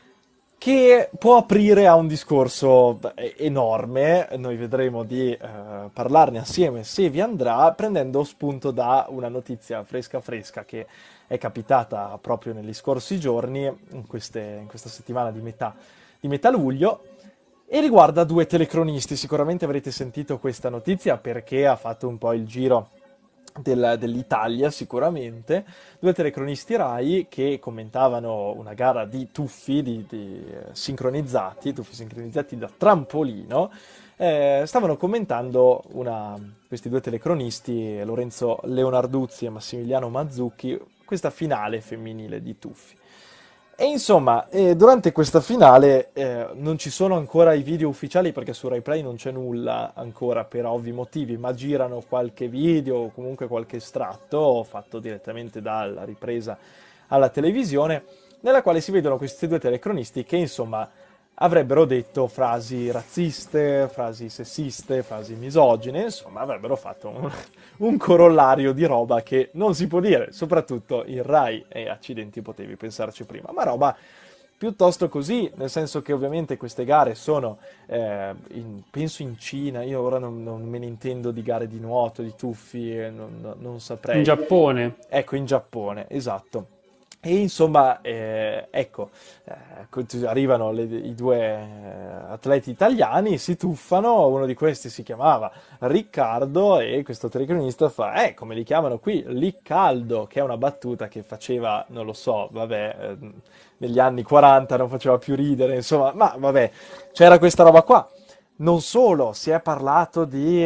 che può aprire a un discorso beh, enorme. Noi vedremo di eh, parlarne assieme se vi andrà, prendendo spunto da una notizia fresca fresca che è capitata proprio negli scorsi giorni, in, queste- in questa settimana di metà, di metà luglio, e riguarda due telecronisti. Sicuramente avrete sentito questa notizia perché ha fatto un po' il giro del- dell'Italia, sicuramente. Due telecronisti Rai che commentavano una gara di tuffi di, di, eh, sincronizzati, tuffi sincronizzati da trampolino. Eh, stavano commentando una- questi due telecronisti, Lorenzo Leonarduzzi e Massimiliano Mazzucchi, questa finale femminile di tuffi. E insomma, eh, durante questa finale eh, non ci sono ancora i video ufficiali perché su RaiPlay non c'è nulla ancora per ovvi motivi, ma girano qualche video o comunque qualche estratto fatto direttamente dalla ripresa alla televisione, nella quale si vedono questi due telecronisti che insomma avrebbero detto frasi razziste, frasi sessiste, frasi misogine, insomma avrebbero fatto un, un corollario di roba che non si può dire, soprattutto in Rai, e accidenti potevi pensarci prima, ma roba piuttosto così, nel senso che ovviamente queste gare sono, eh, in- penso in Cina, io ora non, non me ne intendo di gare di nuoto, di tuffi, eh, non, non- non In saprei. Giappone. Ecco, in Giappone, esatto. E insomma, eh, ecco, eh, co- arrivano le- i due eh, atleti italiani, si tuffano, uno di questi si chiamava Riccardo e questo telecronista fa, eh, come li chiamano qui, Liccaldo, che è una battuta che faceva, non lo so, vabbè, eh, negli anni quaranta non faceva più ridere, insomma, ma vabbè, c'era questa roba qua. Non solo, si è parlato di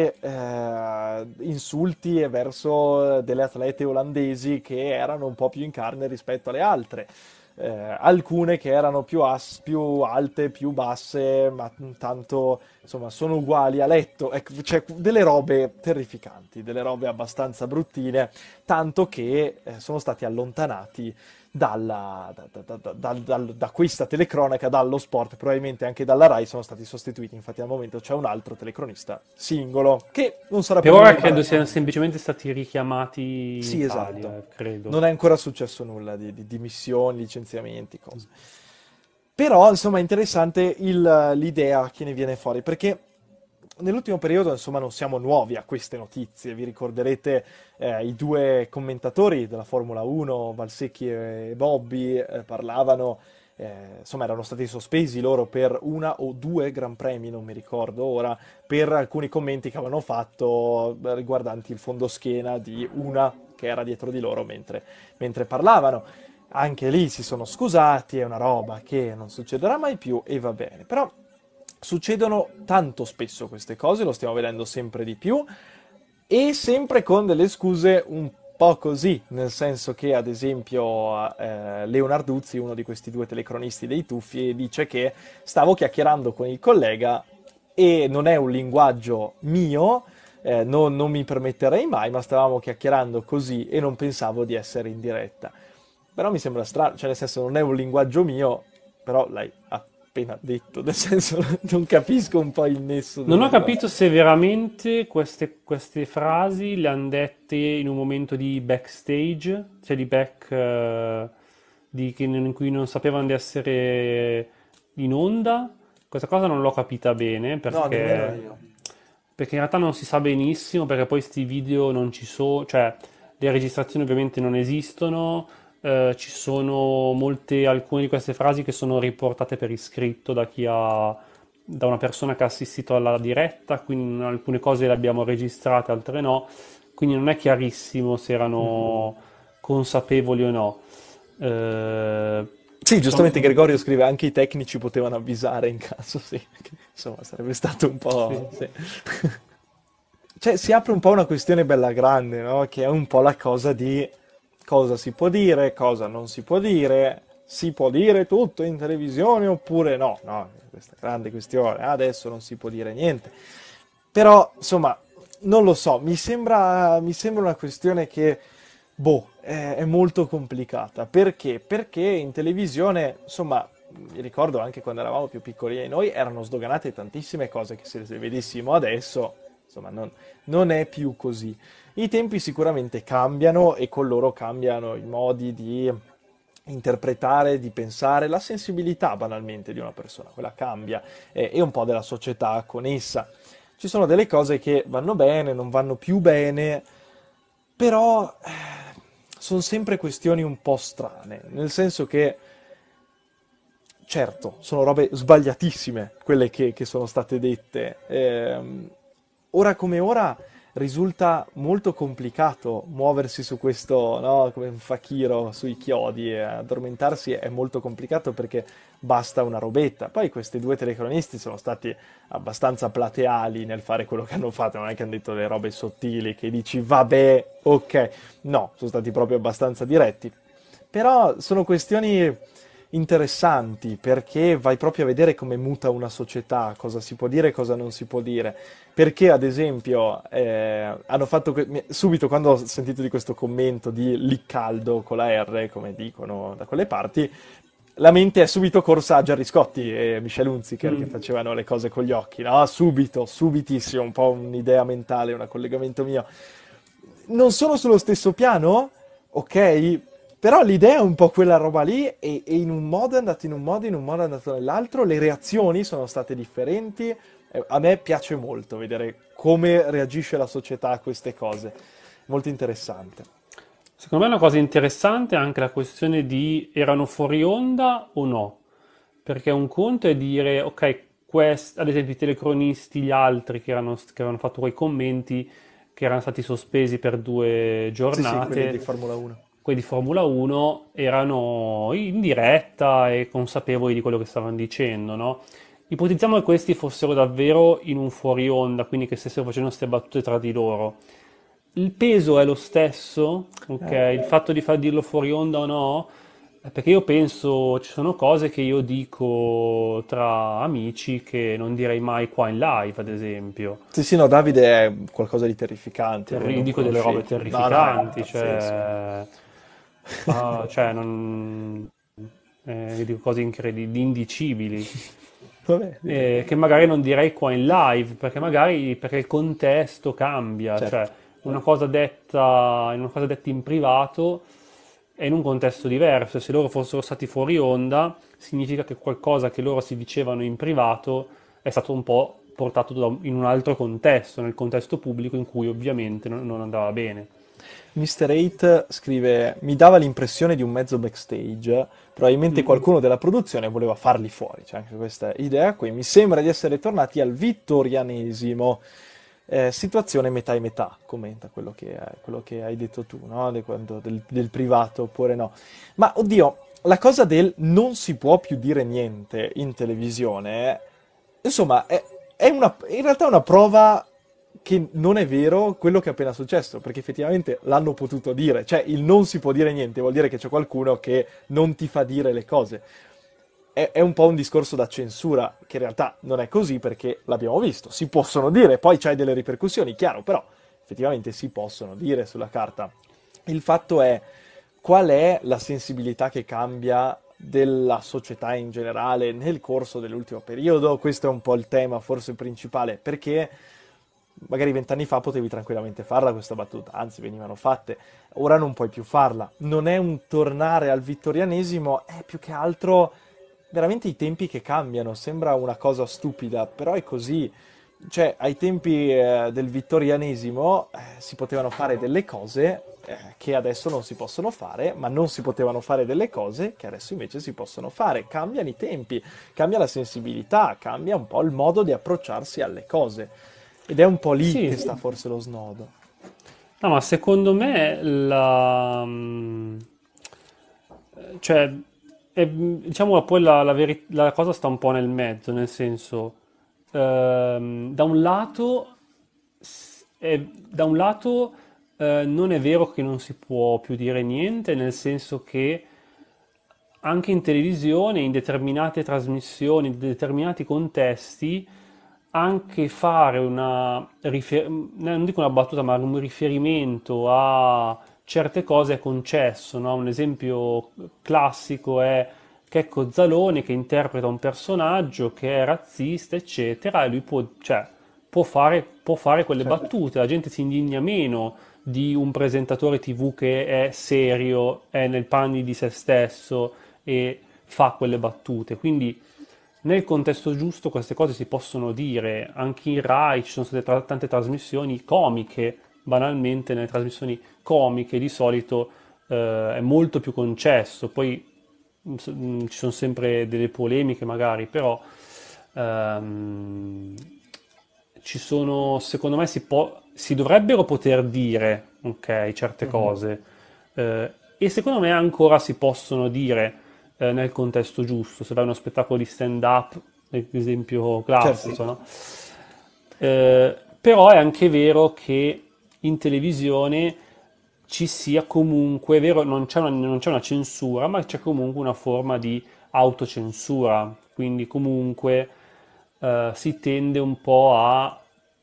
eh, insulti verso delle atlete olandesi che erano un po' più in carne rispetto alle altre. eh, alcune che erano più, as- più alte, più basse, ma tanto insomma sono uguali a letto. Ecco, c'è delle robe terrificanti, delle robe abbastanza bruttine, tanto che eh, sono stati allontanati dalla- da, da- da- da- dal- da questa telecronaca, dallo sport, probabilmente anche dalla Rai sono stati sostituiti. Infatti al momento c'è un altro telecronista singolo che non sarà Per più ora mai. credo siano semplicemente stati richiamati in Sì, esatto. Italia, credo. Non è ancora successo nulla di, di dimissioni, licenziamenti, cose. Però, insomma, è interessante il- l'idea che ne viene fuori, perché nell'ultimo periodo, insomma, non siamo nuovi a queste notizie. Vi ricorderete eh, i due commentatori della Formula uno, Valsecchi e Bobby, eh, parlavano, eh, insomma, erano stati sospesi loro per una o due Gran Premi, non mi ricordo ora, per alcuni commenti che avevano fatto eh, riguardanti il fondoschiena di una che era dietro di loro mentre, mentre parlavano. Anche lì si sono scusati, è una roba che non succederà mai più e va bene. Però succedono tanto spesso queste cose, lo stiamo vedendo sempre di più e sempre con delle scuse un po' così, nel senso che ad esempio eh, Leonarduzzi, uno di questi due telecronisti dei Tuffi, dice che stavo chiacchierando con il collega e non è un linguaggio mio, eh, non, non mi permetterei mai, ma stavamo chiacchierando così e non pensavo di essere in diretta. Però mi sembra strano, cioè nel senso non è un linguaggio mio, però l'hai appena detto, nel senso non capisco un po' il nesso Non ho delle cose. capito se veramente queste, queste frasi le hanno dette in un momento di backstage, cioè di back, eh, di, che- in cui non sapevano di essere in onda. Questa cosa non l'ho capita bene No, nemmeno perché, io. perché in realtà non si sa benissimo, perché poi sti video non ci sono, cioè le registrazioni ovviamente non esistono, eh, ci sono molte, alcune di queste frasi che sono riportate per iscritto da chi ha, da una persona che ha assistito alla diretta, quindi alcune cose le abbiamo registrate, altre no, quindi non è chiarissimo se erano consapevoli o no. Eh, Sì, sono- giustamente Gregorio scrive anche i tecnici potevano avvisare in caso, sì. Che, insomma, sarebbe stato un po'. sì. Sì. Cioè, si apre un po' una questione bella grande, no? Che è un po' la cosa di cosa si può dire, cosa non si può dire, si può dire tutto in televisione oppure no? No, questa grande questione. Adesso non si può dire niente. Però, insomma, non lo so, mi sembra, mi sembra una questione che, boh, è, è molto complicata. Perché? Perché in televisione, insomma, mi ricordo anche quando eravamo più piccoli noi, erano sdoganate tantissime cose che se le vedessimo adesso, insomma, non, non è più così. I tempi sicuramente cambiano e con loro cambiano i modi di interpretare, di pensare, la sensibilità banalmente di una persona, quella cambia eh, e un po' della società con essa. Ci sono delle cose che vanno bene, non vanno più bene, però eh, sono sempre questioni un po' strane, nel senso che certo, sono robe sbagliatissime quelle che, che sono state dette. Ehm, ora come ora risulta molto complicato muoversi su questo, no? Come un fakiro sui chiodi e addormentarsi è molto complicato perché basta una robetta. Poi questi due telecronisti sono stati abbastanza plateali nel fare quello che hanno fatto, non è che hanno detto le robe sottili che dici vabbè, ok. No, sono stati proprio abbastanza diretti. Però sono questioni interessanti perché vai proprio a vedere come muta una società, cosa si può dire e cosa non si può dire. Perché, ad esempio, eh, hanno fatto que- mi- subito quando ho sentito di questo commento di Licaldo con la R, come dicono da quelle parti, la mente è subito corsa a Gerry Scotti e Michel Hunziker che Mm. facevano le cose con gli occhi, no? Subito, subitissimo, un po' un'idea mentale, un collegamento mio. Non sono sullo stesso piano, ok? Però l'idea è un po' quella roba lì e, e in un modo è andato in un modo, in un modo è andato nell'altro, le reazioni sono state differenti. Eh, A me piace molto vedere come reagisce la società a queste cose, molto interessante. Secondo me è una cosa interessante anche la questione di erano fuori onda o no, perché un conto è dire, ok, quest- ad esempio i telecronisti, gli altri che erano, che avevano fatto quei commenti che erano stati sospesi per due Sì, sì, quelli di giornate, Formula uno. quelli di Formula uno erano in diretta e consapevoli di quello che stavano dicendo, no? Ipotizziamo che questi fossero davvero in un fuori onda, quindi che stessero facendo queste battute tra di loro. Il peso è lo stesso, ok? Eh, Il fatto di far dirlo fuori onda o no, Perché io penso, ci sono cose che io dico tra amici che non direi mai qua in live, ad esempio. Sì, sì, no, Davide è qualcosa di terrificante, voi Terri- non dico delle robe conoscete. No, no, è terrificanti, pazzesco. cioè, ah, cioè non, eh, dico cose incredibili, indicibili, Vabbè, eh, che magari non direi qua in live, perché magari perché il contesto cambia, certo. cioè una cosa detta, una cosa detta in privato è in un contesto diverso, e se loro fossero stati fuori onda, significa che qualcosa che loro si dicevano in privato è stato un po' portato da- in un altro contesto, nel contesto pubblico in cui ovviamente non, non andava bene. mister Eight scrive: Mi dava l'impressione di un mezzo backstage. Probabilmente Mm. qualcuno della produzione voleva farli fuori. C'è anche questa idea qui. Mi sembra di essere tornati al vittorianesimo. Eh, situazione metà e metà, commenta quello che, quello che hai detto tu, no? De quando- del, del privato oppure no. Ma oddio, la cosa del non si può più dire niente in televisione, insomma, è, è una, in realtà è una prova che non è vero quello che è appena successo, perché effettivamente l'hanno potuto dire, cioè il non si può dire niente vuol dire che c'è qualcuno che non ti fa dire le cose. È, è un po' un discorso da censura, che in realtà non è così perché l'abbiamo visto, si possono dire, poi c'hai delle ripercussioni, chiaro, però effettivamente si possono dire sulla carta. Il fatto è qual è la sensibilità che cambia della società in generale nel corso dell'ultimo periodo. Questo è un po' il tema forse principale, perché magari vent'anni fa potevi tranquillamente farla questa battuta, anzi venivano fatte, ora non puoi più farla. Non è un tornare al vittorianesimo, è più che altro veramente i tempi che cambiano. Sembra una cosa stupida, però è così. Cioè, ai tempi eh, del vittorianesimo eh, si potevano fare delle cose eh, che adesso non si possono fare, ma non si potevano fare delle cose che adesso invece si possono fare. Cambiano i tempi, cambia la sensibilità, cambia un po' il modo di approcciarsi alle cose. Ed è un po' lì Sì, che sì. sta forse lo snodo. No, ma secondo me la, mm, cioè, è- diciamo poi la, la veri- la cosa sta un po' nel mezzo, nel senso, ehm, da un lato, s- è- da un lato eh, non è vero che non si può più dire niente, nel senso che anche in televisione, in determinate trasmissioni, in determinati contesti, anche fare una, rifer- non dico una battuta, ma un riferimento a certe cose è concesso, no? Un esempio classico è Checco Zalone che interpreta un personaggio che è razzista, eccetera, e lui può, cioè, può fare, può fare quelle Certo. battute, la gente si indigna meno di un presentatore T V che è serio, è nel panni di se stesso e fa quelle battute. Quindi nel contesto giusto queste cose si possono dire, anche in Rai ci sono state tra- tante trasmissioni comiche, banalmente nelle trasmissioni comiche di solito eh, è molto più concesso, poi mh, s- mh, ci sono sempre delle polemiche magari, però ehm, ci sono, secondo me si può, si dovrebbero poter dire, ok, certe Mhm. cose, eh, e secondo me ancora si possono dire eh, nel contesto giusto. Se vai a uno spettacolo di stand-up, esempio Certo. classico, no? Eh, però è anche vero che in televisione ci sia comunque, è vero, non c'è una, non c'è una censura, ma c'è comunque una forma di autocensura, quindi comunque eh, si tende un po' a,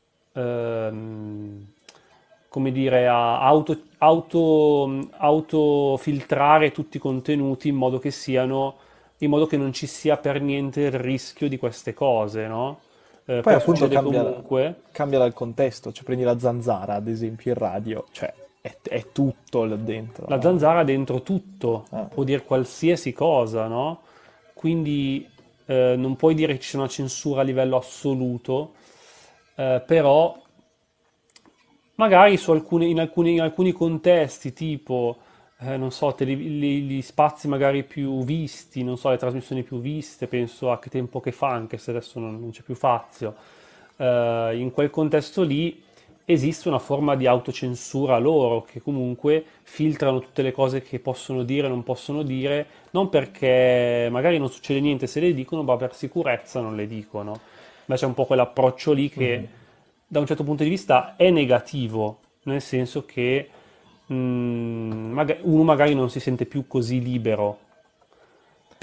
ehm, come dire, a auto, auto, autofiltrare tutti i contenuti in modo che siano, in modo che non ci sia per niente il rischio di queste cose, no? Eh, Poi però appunto succede cambia, comunque. cambia dal contesto, cioè prendi la zanzara ad esempio in radio, cioè è, è tutto là dentro, La no? zanzara ha dentro tutto, Ah. può dire qualsiasi cosa, no? Quindi eh, non puoi dire che c'è una censura a livello assoluto, eh, però magari su alcuni- in alcuni, in alcuni contesti, tipo, eh, non so, tele- gli, gli spazi magari più visti, non so, le trasmissioni più viste, penso a Che tempo che fa, anche se adesso non, non c'è più Fazio, eh, in quel contesto lì esiste una forma di autocensura loro, che comunque filtrano tutte le cose che possono dire e non possono dire, non perché magari non succede niente se le dicono, ma per sicurezza non le dicono. Ma c'è un po' quell'approccio lì che Mhm. da un certo punto di vista è negativo, nel senso che mh, maga- uno magari non si sente più così libero.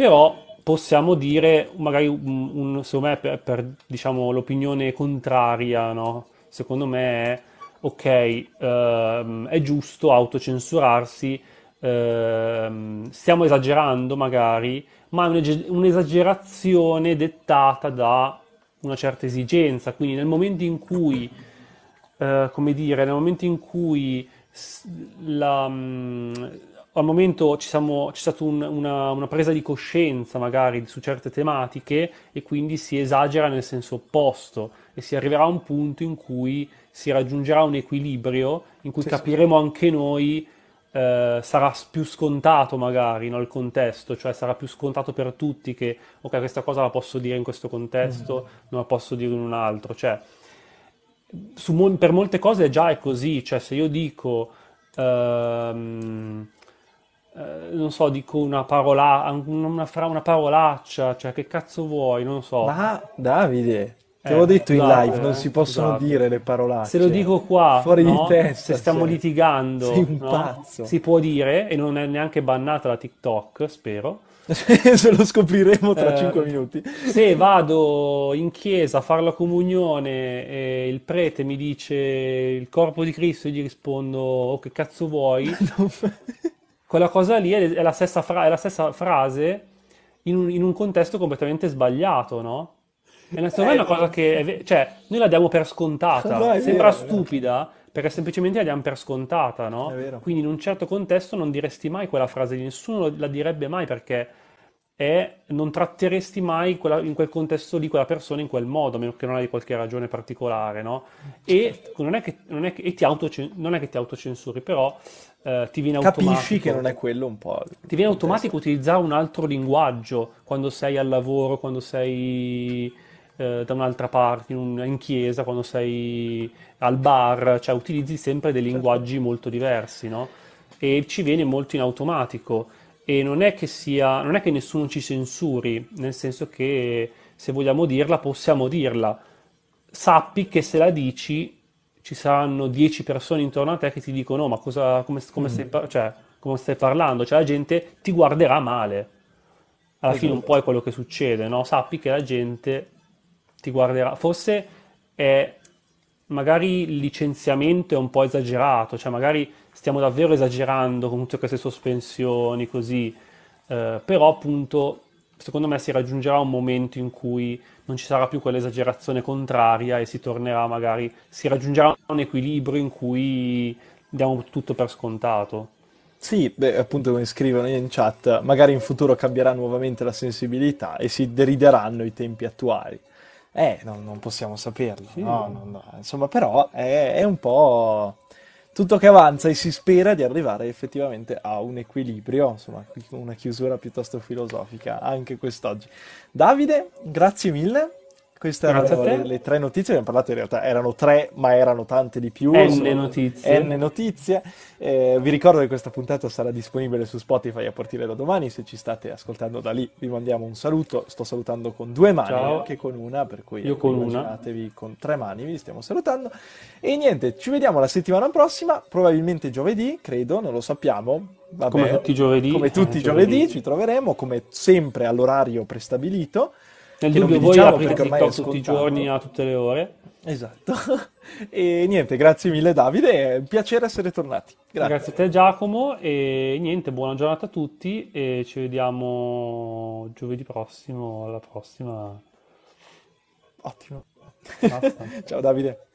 Però possiamo dire, magari, un, un- secondo me, per, per, diciamo, l'opinione contraria, no? Secondo me è, ok, ehm, è giusto autocensurarsi, ehm, stiamo esagerando magari, ma è un'ege- un'esagerazione dettata da una certa esigenza, quindi nel momento in cui, eh, come dire, nel momento in cui s- la, mh, al momento ci siamo- c'è stata un- una, una presa di coscienza magari su certe tematiche e quindi si esagera nel senso opposto e si arriverà a un punto in cui si raggiungerà un equilibrio in cui Sì, sì. capiremo anche noi, eh, sarà s- più scontato magari, no, il contesto, cioè sarà più scontato per tutti che ok, questa cosa la posso dire in questo contesto, non la posso dire in un altro, cioè su mol- per molte cose già è così, cioè se io dico, ehm, eh, non so, dico una parola, una, fra- una parolaccia, cioè che cazzo vuoi, non so. Ma Davide, ti avevo Eh, detto in live, scusate, non eh, si possono scusate. dire le Se lo parolacce. dico qua, Fuori di no? Se testa stiamo sei. Sei litigando, un no? pazzo. Si può dire, e non è neanche bannata da TikTok, spero. Se lo scopriremo tra cinque Eh, minuti. se vado in chiesa a fare la comunione e il prete mi dice il corpo di Cristo, io gli rispondo, oh, che cazzo vuoi? Quella cosa lì è, è la stessa fra- è la stessa frase in un, in un contesto completamente sbagliato, no? E secondo me è Eh, una cosa che, è ve- cioè, noi la diamo per no, scontata. è Sembra vero, è vero. stupida, perché semplicemente la diamo per scontata, È no? vero. Quindi in un certo contesto non diresti mai quella frase lì, nessuno la direbbe mai perché è, non tratteresti mai quella- in quel contesto lì quella persona in quel modo, a meno che non hai qualche ragione particolare, no? E Certo. non è che, non è che, e ti autocen- non è che ti autocensuri, però eh, ti viene Capisci che automatico. non è quello un po' Ti il viene automatico contesto. utilizzare un altro linguaggio quando sei al lavoro, quando sei eh, da un'altra parte, in, un- in chiesa, quando sei al bar, cioè utilizzi sempre dei Certo. linguaggi molto diversi, no? E ci viene molto in automatico. E non è che sia, non è che nessuno ci censuri, nel senso che se vogliamo dirla, possiamo dirla. Sappi che se la dici ci saranno dieci persone intorno a te che ti dicono: "No, ma cosa, come, come stai, par- cioè, come stai parlando?" Cioè, la gente ti guarderà male. Alla fine, un po' Esatto. è quello che succede, no? Sappi che la gente ti guarderà. Forse è magari il licenziamento è un po' esagerato, cioè magari stiamo davvero esagerando con tutte queste sospensioni così, eh, però appunto secondo me si raggiungerà un momento in cui non ci sarà più quell'esagerazione contraria e si tornerà magari, si raggiungerà un equilibrio in cui diamo tutto per scontato. Sì, beh, appunto come scrivono in chat, magari in futuro cambierà nuovamente la sensibilità e si derideranno i tempi attuali. Eh, non, non possiamo saperlo, Sì. no, no, no. Insomma, però è, è un po' tutto che avanza e si spera di arrivare effettivamente a un equilibrio, insomma, una chiusura piuttosto filosofica anche quest'oggi. Davide, grazie mille. Queste Grazie a erano le, te. le tre notizie, abbiamo parlato in realtà, erano tre, ma erano tante di più, N sono notizie. N notizie. Eh, vi ricordo che questa puntata sarà disponibile su Spotify a partire da domani, se ci state ascoltando da lì vi mandiamo un saluto, sto salutando con due mani, neanche Ciao, con una, per cui io ecco, con una. immaginatevi con tre mani, vi stiamo salutando. E niente, ci vediamo la settimana prossima, probabilmente giovedì, credo, non lo sappiamo, Come vabbè, tutti i giovedì, come eh, tutti i giovedì giovedì. ci troveremo, come sempre all'orario prestabilito, Nel che non vi dubbio voi diciamo aprite perché ormai è TikTok tutti i giorni scontato. a tutte le ore. Esatto. E niente, grazie mille Davide, è un piacere essere tornati. Grazie a Grazie. te Giacomo e niente, buona giornata a tutti e ci vediamo giovedì prossimo, alla prossima. Ottimo. Basta. Ciao Davide.